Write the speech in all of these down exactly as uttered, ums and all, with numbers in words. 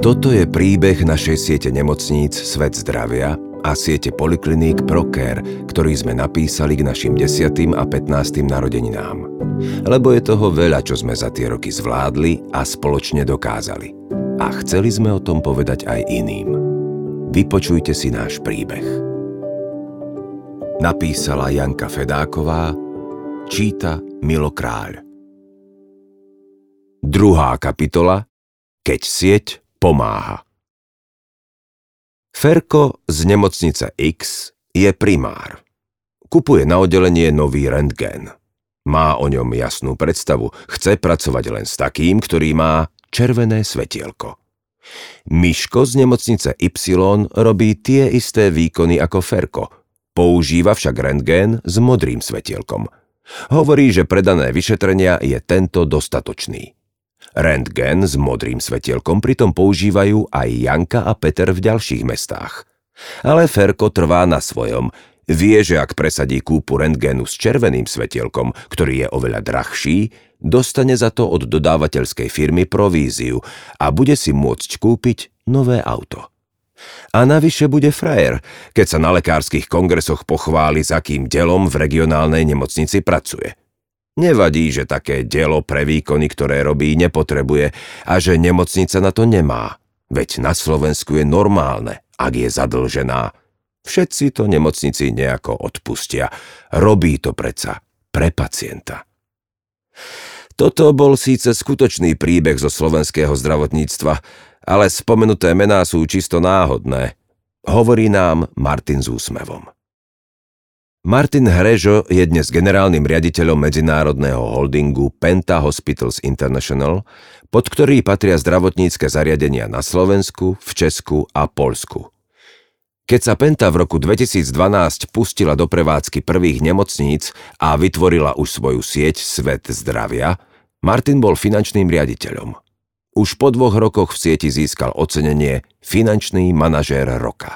Toto je príbeh našej siete nemocníc Svet zdravia a siete polikliník ProCare, ktorý sme napísali k našim desiatym a pätnástym narodeninám. Lebo je toho veľa, čo sme za tie roky zvládli a spoločne dokázali. A chceli sme o tom povedať aj iným. Vypočujte si náš príbeh. Napísala Janka Fedáková, číta Milo Kráľ. Druhá kapitola. Keď sieť pomáha. Ferko z nemocnice X je primár. Kupuje na oddelenie nový rentgen. Má o ňom jasnú predstavu. Chce pracovať len s takým, ktorý má červené svetielko. Miško z nemocnice Y robí tie isté výkony ako Ferko. Používa však rentgen s modrým svetielkom. Hovorí, že pre dané vyšetrenia je tento dostatočný. Rentgen s modrým svetielkom pritom používajú aj Janka a Peter v ďalších mestách. Ale Ferko trvá na svojom. Vie, že ak presadí kúpu rentgenu s červeným svetielkom, ktorý je oveľa drahší, dostane za to od dodávateľskej firmy províziu a bude si môcť kúpiť nové auto. A navyše bude frajer, keď sa na lekárskych kongresoch pochváli, s akým dielom v regionálnej nemocnici pracuje. Nevadí, že také dielo pre výkony, ktoré robí, nepotrebuje a že nemocnica na to nemá. Veď na Slovensku je normálne, ak je zadlžená. Všetci to nemocnici nejako odpustia. Robí to predsa pre pacienta. Toto bol síce skutočný príbeh zo slovenského zdravotníctva, ale spomenuté mená sú čisto náhodné. Hovorí nám Martin s úsmevom. Martin Hrežo je dnes generálnym riaditeľom medzinárodného holdingu Penta Hospitals International, pod ktorý patria zdravotnícke zariadenia na Slovensku, v Česku a Poľsku. Keď sa Penta v roku dvetisícdvanásť pustila do prevádzky prvých nemocníc a vytvorila už svoju sieť Svet zdravia, Martin bol finančným riaditeľom. Už po dvoch rokoch v sieti získal ocenenie Finančný manažér roka.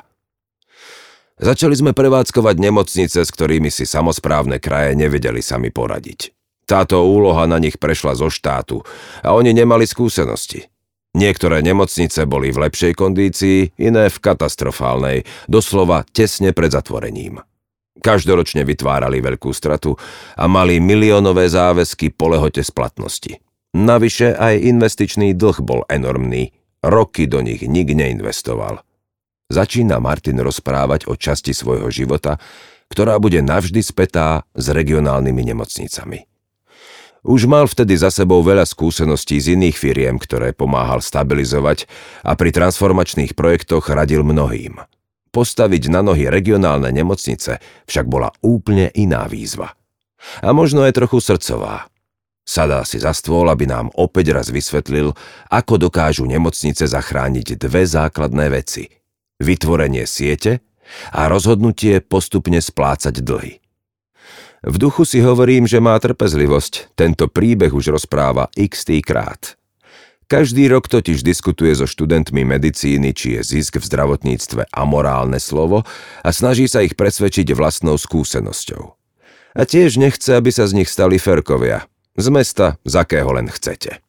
Začali sme prevádzkovať nemocnice, s ktorými si samosprávne kraje nevedeli sami poradiť. Táto úloha na nich prešla zo štátu a oni nemali skúsenosti. Niektoré nemocnice boli v lepšej kondícii, iné v katastrofálnej, doslova tesne pred zatvorením. Každoročne vytvárali veľkú stratu a mali miliónové záväzky po lehote splatnosti. Navyše aj investičný dlh bol enormný, roky do nich nik neinvestoval. Začína Martin rozprávať o časti svojho života, ktorá bude navždy spätá s regionálnymi nemocnicami. Už mal vtedy za sebou veľa skúseností z iných firiem, ktoré pomáhal stabilizovať a pri transformačných projektoch radil mnohým. Postaviť na nohy regionálne nemocnice však bola úplne iná výzva. A možno aj trochu srdcová. Sadá si za stôl, aby nám opäť raz vysvetlil, ako dokážu nemocnice zachrániť dve základné veci – vytvorenie siete a rozhodnutie postupne splácať dlhy. V duchu si hovorím, že má trpezlivosť, tento príbeh už rozpráva x-tý krát. Každý rok totiž diskutuje so študentmi medicíny, či je zisk v zdravotníctve amorálne slovo a snaží sa ich presvedčiť vlastnou skúsenosťou. A tiež nechce, aby sa z nich stali Ferkovia, z mesta, z akého len chcete.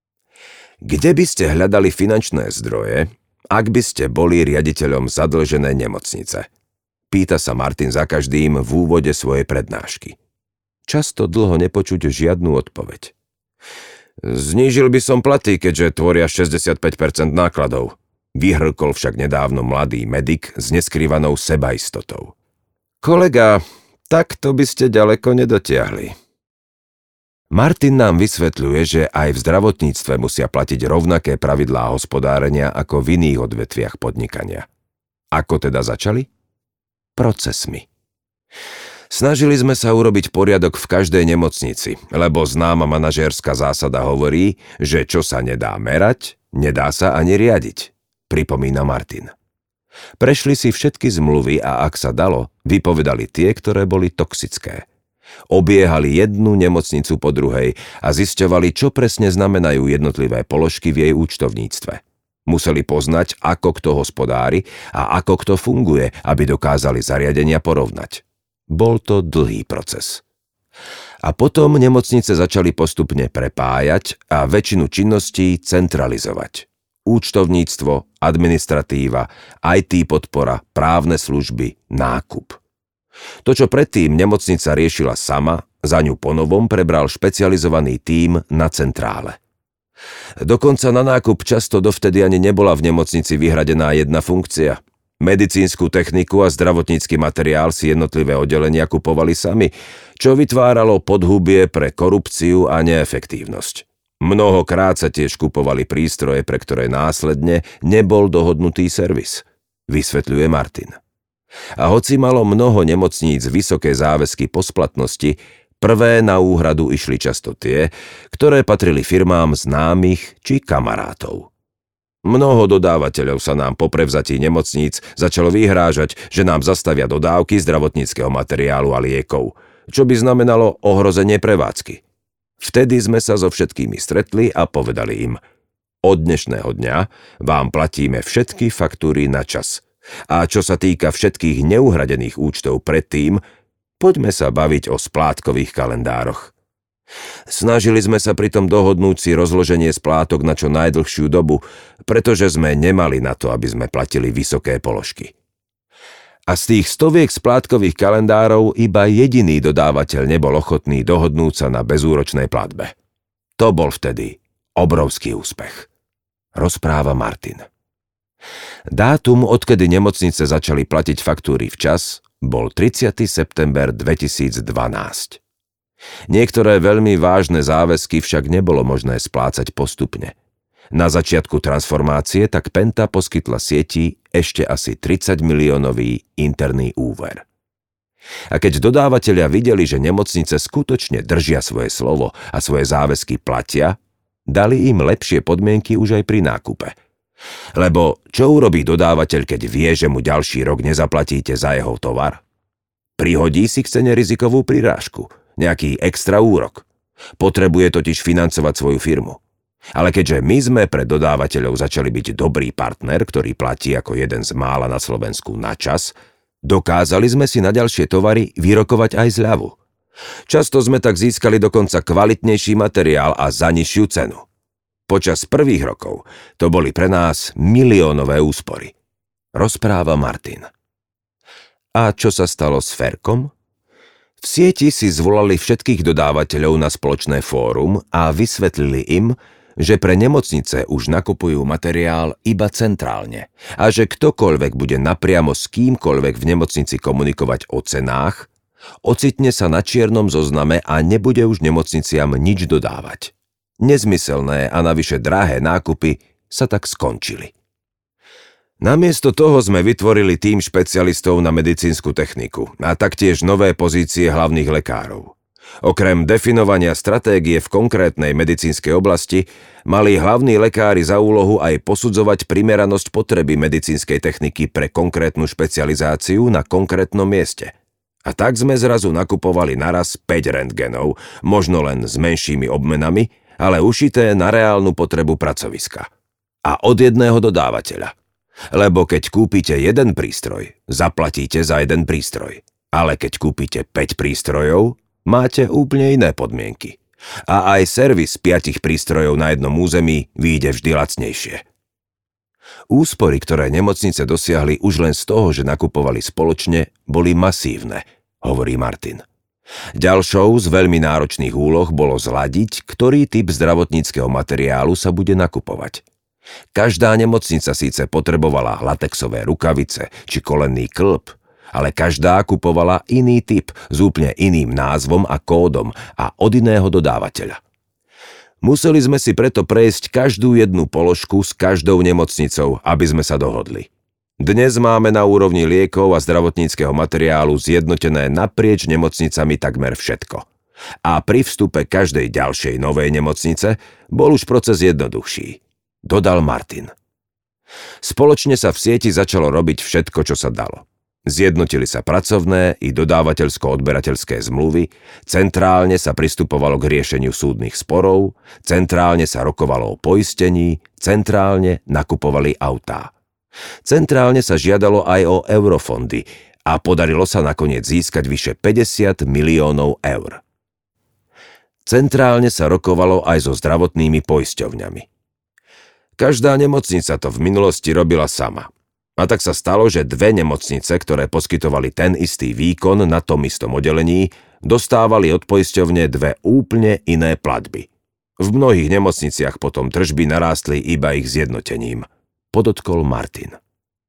Kde by ste hľadali finančné zdroje, ak by ste boli riaditeľom zadlženej nemocnice? Pýta sa Martin za každým v úvode svojej prednášky. Často dlho nepočuť žiadnu odpoveď. Znížil by som platy, keďže tvoria šesťdesiatpäť percent nákladov. Vyhrkol však nedávno mladý medik s neskrývanou sebaistotou. Kolega, takto by ste ďaleko nedotiahli. Martin nám vysvetľuje, že aj v zdravotníctve musia platiť rovnaké pravidlá hospodárenia ako v iných odvetviach podnikania. Ako teda začali? Procesmi. Snažili sme sa urobiť poriadok v každej nemocnici, lebo známa manažérska zásada hovorí, že čo sa nedá merať, nedá sa ani riadiť, pripomína Martin. Prešli si všetky zmluvy a ak sa dalo, vypovedali tie, ktoré boli toxické. Obiehali jednu nemocnicu po druhej a zisťovali, čo presne znamenajú jednotlivé položky v jej účtovníctve. Museli poznať, ako kto hospodári a ako kto funguje, aby dokázali zariadenia porovnať. Bol to dlhý proces. A potom nemocnice začali postupne prepájať a väčšinu činností centralizovať. účtovníctvo, administratíva, í té podpora, právne služby, nákup. To, čo predtým nemocnica riešila sama, za ňu ponovom prebral špecializovaný tím na centrále. Dokonca na nákup často dovtedy ani nebola v nemocnici vyhradená jedna funkcia. Medicínsku techniku a zdravotnícky materiál si jednotlivé oddelenia kupovali sami, čo vytváralo podhubie pre korupciu a neefektívnosť. Mnohokrát sa tiež kupovali prístroje, pre ktoré následne nebol dohodnutý servis, vysvetľuje Martin. A hoci malo mnoho nemocníc vysoké záväzky po splatnosti, prvé na úhradu išli často tie, ktoré patrili firmám známych či kamarátov. Mnoho dodávateľov sa nám po prevzatí nemocníc začalo vyhrážať, že nám zastavia dodávky zdravotníckeho materiálu a liekov, čo by znamenalo ohrozenie prevádzky. Vtedy sme sa so všetkými stretli a povedali im: od dnešného dňa vám platíme všetky faktúry na čas. A čo sa týka všetkých neuhradených účtov predtým, poďme sa baviť o splátkových kalendároch. Snažili sme sa pritom dohodnúť si rozloženie splátok na čo najdlhšiu dobu, pretože sme nemali na to, aby sme platili vysoké položky. A z tých stoviek splátkových kalendárov iba jediný dodávateľ nebol ochotný dohodnúť sa na bezúročnej platbe. To bol vtedy obrovský úspech, rozpráva Martin. Dátum, odkedy nemocnice začali platiť faktúry včas, bol tridsiateho september dvetisícdvanásť. Niektoré veľmi vážne záväzky však nebolo možné splácať postupne. Na začiatku transformácie tak Penta poskytla sieti ešte asi tridsať miliónový interný úver. A keď dodávateľia videli, že nemocnice skutočne držia svoje slovo a svoje záväzky platia, dali im lepšie podmienky už aj pri nákupe. Lebo čo urobí dodávateľ, keď vie, že mu ďalší rok nezaplatíte za jeho tovar? Prihodí si k cene rizikovú prirážku, nejaký extra úrok. Potrebuje totiž financovať svoju firmu. Ale keďže my sme pre dodávateľov začali byť dobrý partner, ktorý platí ako jeden z mála na Slovensku na čas, dokázali sme si na ďalšie tovary vyrokovať aj zľavu. Často sme tak získali dokonca kvalitnejší materiál a za nižšiu cenu. Počas prvých rokov to boli pre nás miliónové úspory, rozpráva Martin. A čo sa stalo s Ferkom? V sieti si zvolali všetkých dodávateľov na spoločné fórum a vysvetlili im, že pre nemocnice už nakupujú materiál iba centrálne a že ktokoľvek bude napriamo s kýmkoľvek v nemocnici komunikovať o cenách, ocitne sa na čiernom zozname a nebude už nemocniciam nič dodávať. Nezmyselné a navyše drahé nákupy sa tak skončili. Namiesto toho sme vytvorili tím špecialistov na medicínsku techniku a taktiež nové pozície hlavných lekárov. Okrem definovania stratégie v konkrétnej medicínskej oblasti mali hlavní lekári za úlohu aj posudzovať primeranosť potreby medicínskej techniky pre konkrétnu špecializáciu na konkrétnom mieste. A tak sme zrazu nakupovali naraz päť rentgenov, možno len s menšími obmenami, ale ušité na reálnu potrebu pracoviska. A od jedného dodávateľa. Lebo keď kúpite jeden prístroj, zaplatíte za jeden prístroj. Ale keď kúpite päť prístrojov, máte úplne iné podmienky. A aj servis piatich prístrojov na jednom území vyjde vždy lacnejšie. Úspory, ktoré nemocnice dosiahli už len z toho, že nakupovali spoločne, boli masívne, hovorí Martin. Ďalšou z veľmi náročných úloh bolo zladiť, ktorý typ zdravotníckeho materiálu sa bude nakupovať. Každá nemocnica síce potrebovala latexové rukavice či kolenný klb, ale každá kupovala iný typ s úplne iným názvom a kódom a od iného dodávateľa. Museli sme si preto prejsť každú jednu položku s každou nemocnicou, aby sme sa dohodli. Dnes máme na úrovni liekov a zdravotníckeho materiálu zjednotené naprieč nemocnicami takmer všetko. A pri vstupe každej ďalšej novej nemocnice bol už proces jednoduchší, dodal Martin. Spoločne sa v sieti začalo robiť všetko, čo sa dalo. Zjednotili sa pracovné i dodávateľsko-odberateľské zmluvy, centrálne sa pristupovalo k riešeniu súdnych sporov, centrálne sa rokovalo o poistení, centrálne nakupovali autá. Centrálne sa žiadalo aj o eurofondy a podarilo sa nakoniec získať vyše päťdesiat miliónov eur. Centrálne sa rokovalo aj so zdravotnými poisťovňami. Každá nemocnica to v minulosti robila sama. A tak sa stalo, že dve nemocnice, ktoré poskytovali ten istý výkon na tom istom oddelení, dostávali od poisťovne dve úplne iné platby. V mnohých nemocniciach potom tržby narástli iba ich zjednotením, podotkol Martin.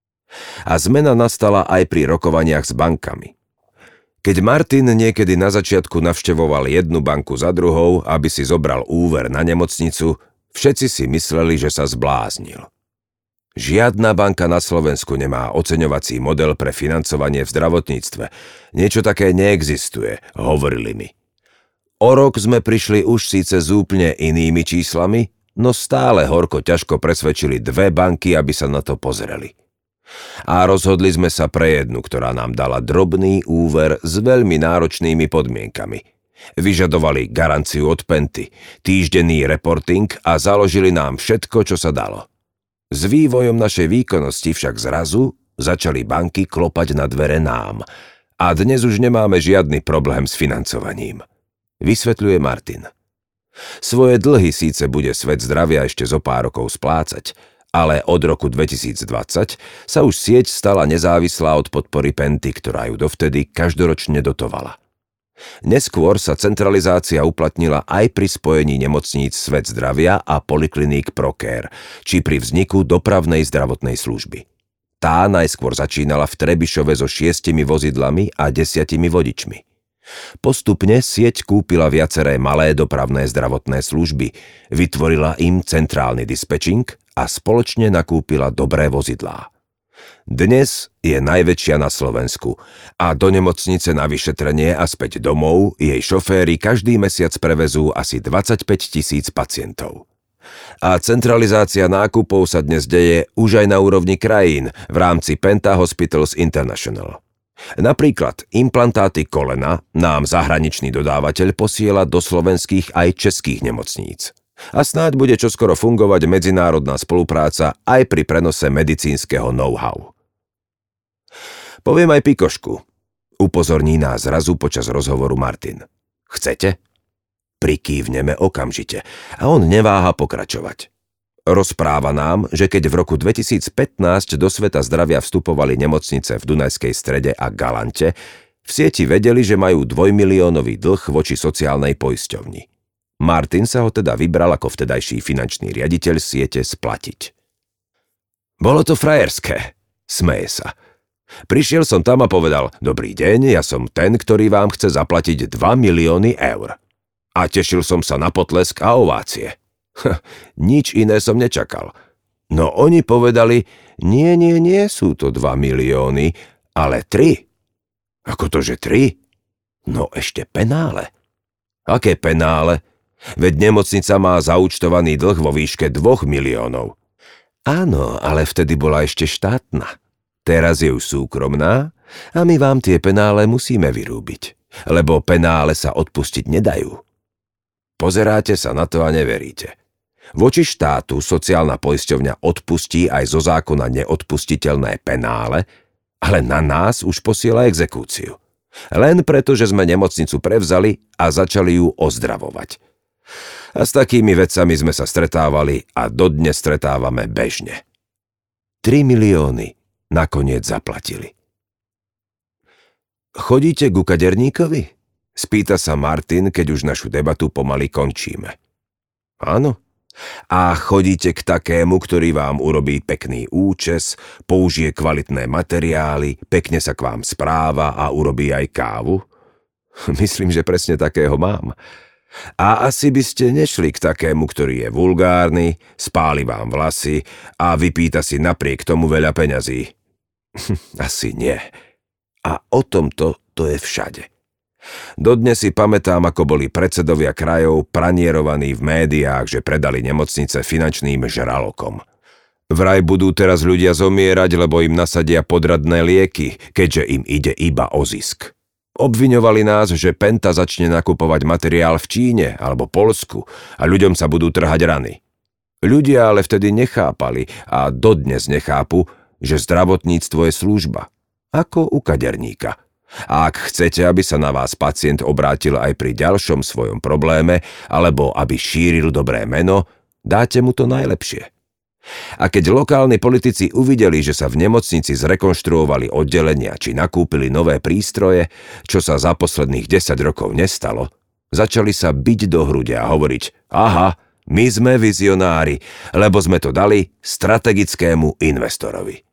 A zmena nastala aj pri rokovaniach s bankami. Keď Martin niekedy na začiatku navštevoval jednu banku za druhou, aby si zobral úver na nemocnicu, všetci si mysleli, že sa zbláznil. Žiadna banka na Slovensku nemá oceňovací model pre financovanie v zdravotníctve. Niečo také neexistuje, hovorili mi. O rok sme prišli už síce s úplne inými číslami, no stále horko ťažko presvedčili dve banky, aby sa na to pozreli. A rozhodli sme sa pre jednu, ktorá nám dala drobný úver s veľmi náročnými podmienkami. Vyžadovali garanciu od Penty, týždenný reporting a založili nám všetko, čo sa dalo. S vývojom našej výkonnosti však zrazu začali banky klopať na dvere nám a dnes už nemáme žiadny problém s financovaním. Vysvetľuje Martin. Svoje dlhy síce bude Svet zdravia ešte zo pár rokov splácať, ale od roku dvetisícdvadsať sa už sieť stala nezávislá od podpory Penty, ktorá ju dovtedy každoročne dotovala. Neskôr sa centralizácia uplatnila aj pri spojení nemocníc Svet zdravia a polikliník Procare, či pri vzniku dopravnej zdravotnej služby. Tá najskôr začínala v Trebišove so šiestimi vozidlami a desiatimi vodičmi. Postupne sieť kúpila viaceré malé dopravné zdravotné služby, vytvorila im centrálny dispečing a spoločne nakúpila dobré vozidlá. Dnes je najväčšia na Slovensku a do nemocnice na vyšetrenie a späť domov jej šoféri každý mesiac prevezú asi dvadsaťpäť tisíc pacientov. A centralizácia nákupov sa dnes deje už aj na úrovni krajín v rámci Penta Hospitals International. Napríklad implantáty kolena nám zahraničný dodávateľ posiela do slovenských aj českých nemocníc. A snáď bude čoskoro fungovať medzinárodná spolupráca aj pri prenose medicínskeho know-how. Poviem aj pikošku. Upozorní nás zrazu počas rozhovoru Martin. Chcete? Prikývneme okamžite a on neváha pokračovať. Rozpráva nám, že keď v roku dvetisícpätnásť do sveta zdravia vstupovali nemocnice v Dunajskej Strede a Galante, v sieti vedeli, že majú dvojmiliónový dlh voči sociálnej poisťovni. Martin sa ho teda vybral ako vtedajší finančný riaditeľ siete splatiť. Bolo to frajerské, smeje sa. Prišiel som tam a povedal, dobrý deň, ja som ten, ktorý vám chce zaplatiť dva milióny eur. A tešil som sa na potlesk a ovácie. Ha, nič iné som nečakal. No oni povedali, nie, nie, nie sú to dva milióny, ale tri. Ako to, že tri? No ešte penále. Aké penále? Veď nemocnica má zaúčtovaný dlh vo výške dvoch miliónov. Áno, ale vtedy bola ešte štátna. Teraz je už súkromná a my vám tie penále musíme vyrúbiť, lebo penále sa odpustiť nedajú. Pozeráte sa na to a neveríte. Voči štátu sociálna poisťovňa odpustí aj zo zákona neodpustiteľné penále, ale na nás už posiela exekúciu. Len preto, že sme nemocnicu prevzali a začali ju ozdravovať. A s takými vecami sme sa stretávali a dodnes stretávame bežne. tri milióny nakoniec zaplatili. Chodíte ku kaderníkovi? Spýta sa Martin, keď už našu debatu pomaly končíme. Áno. A chodíte k takému, ktorý vám urobí pekný účes, použije kvalitné materiály, pekne sa k vám správa a urobí aj kávu? Myslím, že presne takého mám. A asi by ste nešli k takému, ktorý je vulgárny, spáli vám vlasy a vypýta si napriek tomu veľa peňazí. Asi nie. A o tomto to je všade. Dodnes si pamätám, ako boli predsedovia krajov pranierovaní v médiách, že predali nemocnice finančným žralokom. Vraj budú teraz ľudia zomierať, lebo im nasadia podradné lieky, keďže im ide iba o zisk. Obviňovali nás, že Penta začne nakupovať materiál v Číne alebo Poľsku a ľuďom sa budú trhať rany. Ľudia ale vtedy nechápali a dodnes nechápu, že zdravotníctvo je služba, ako u kaderníka. A ak chcete, aby sa na vás pacient obrátil aj pri ďalšom svojom probléme alebo aby šíril dobré meno, dáte mu to najlepšie. A keď lokálni politici uvideli, že sa v nemocnici zrekonštruovali oddelenia či nakúpili nové prístroje, čo sa za posledných desať rokov nestalo, začali sa biť do hrude a hovoriť: aha, my sme vizionári, lebo sme to dali strategickému investorovi.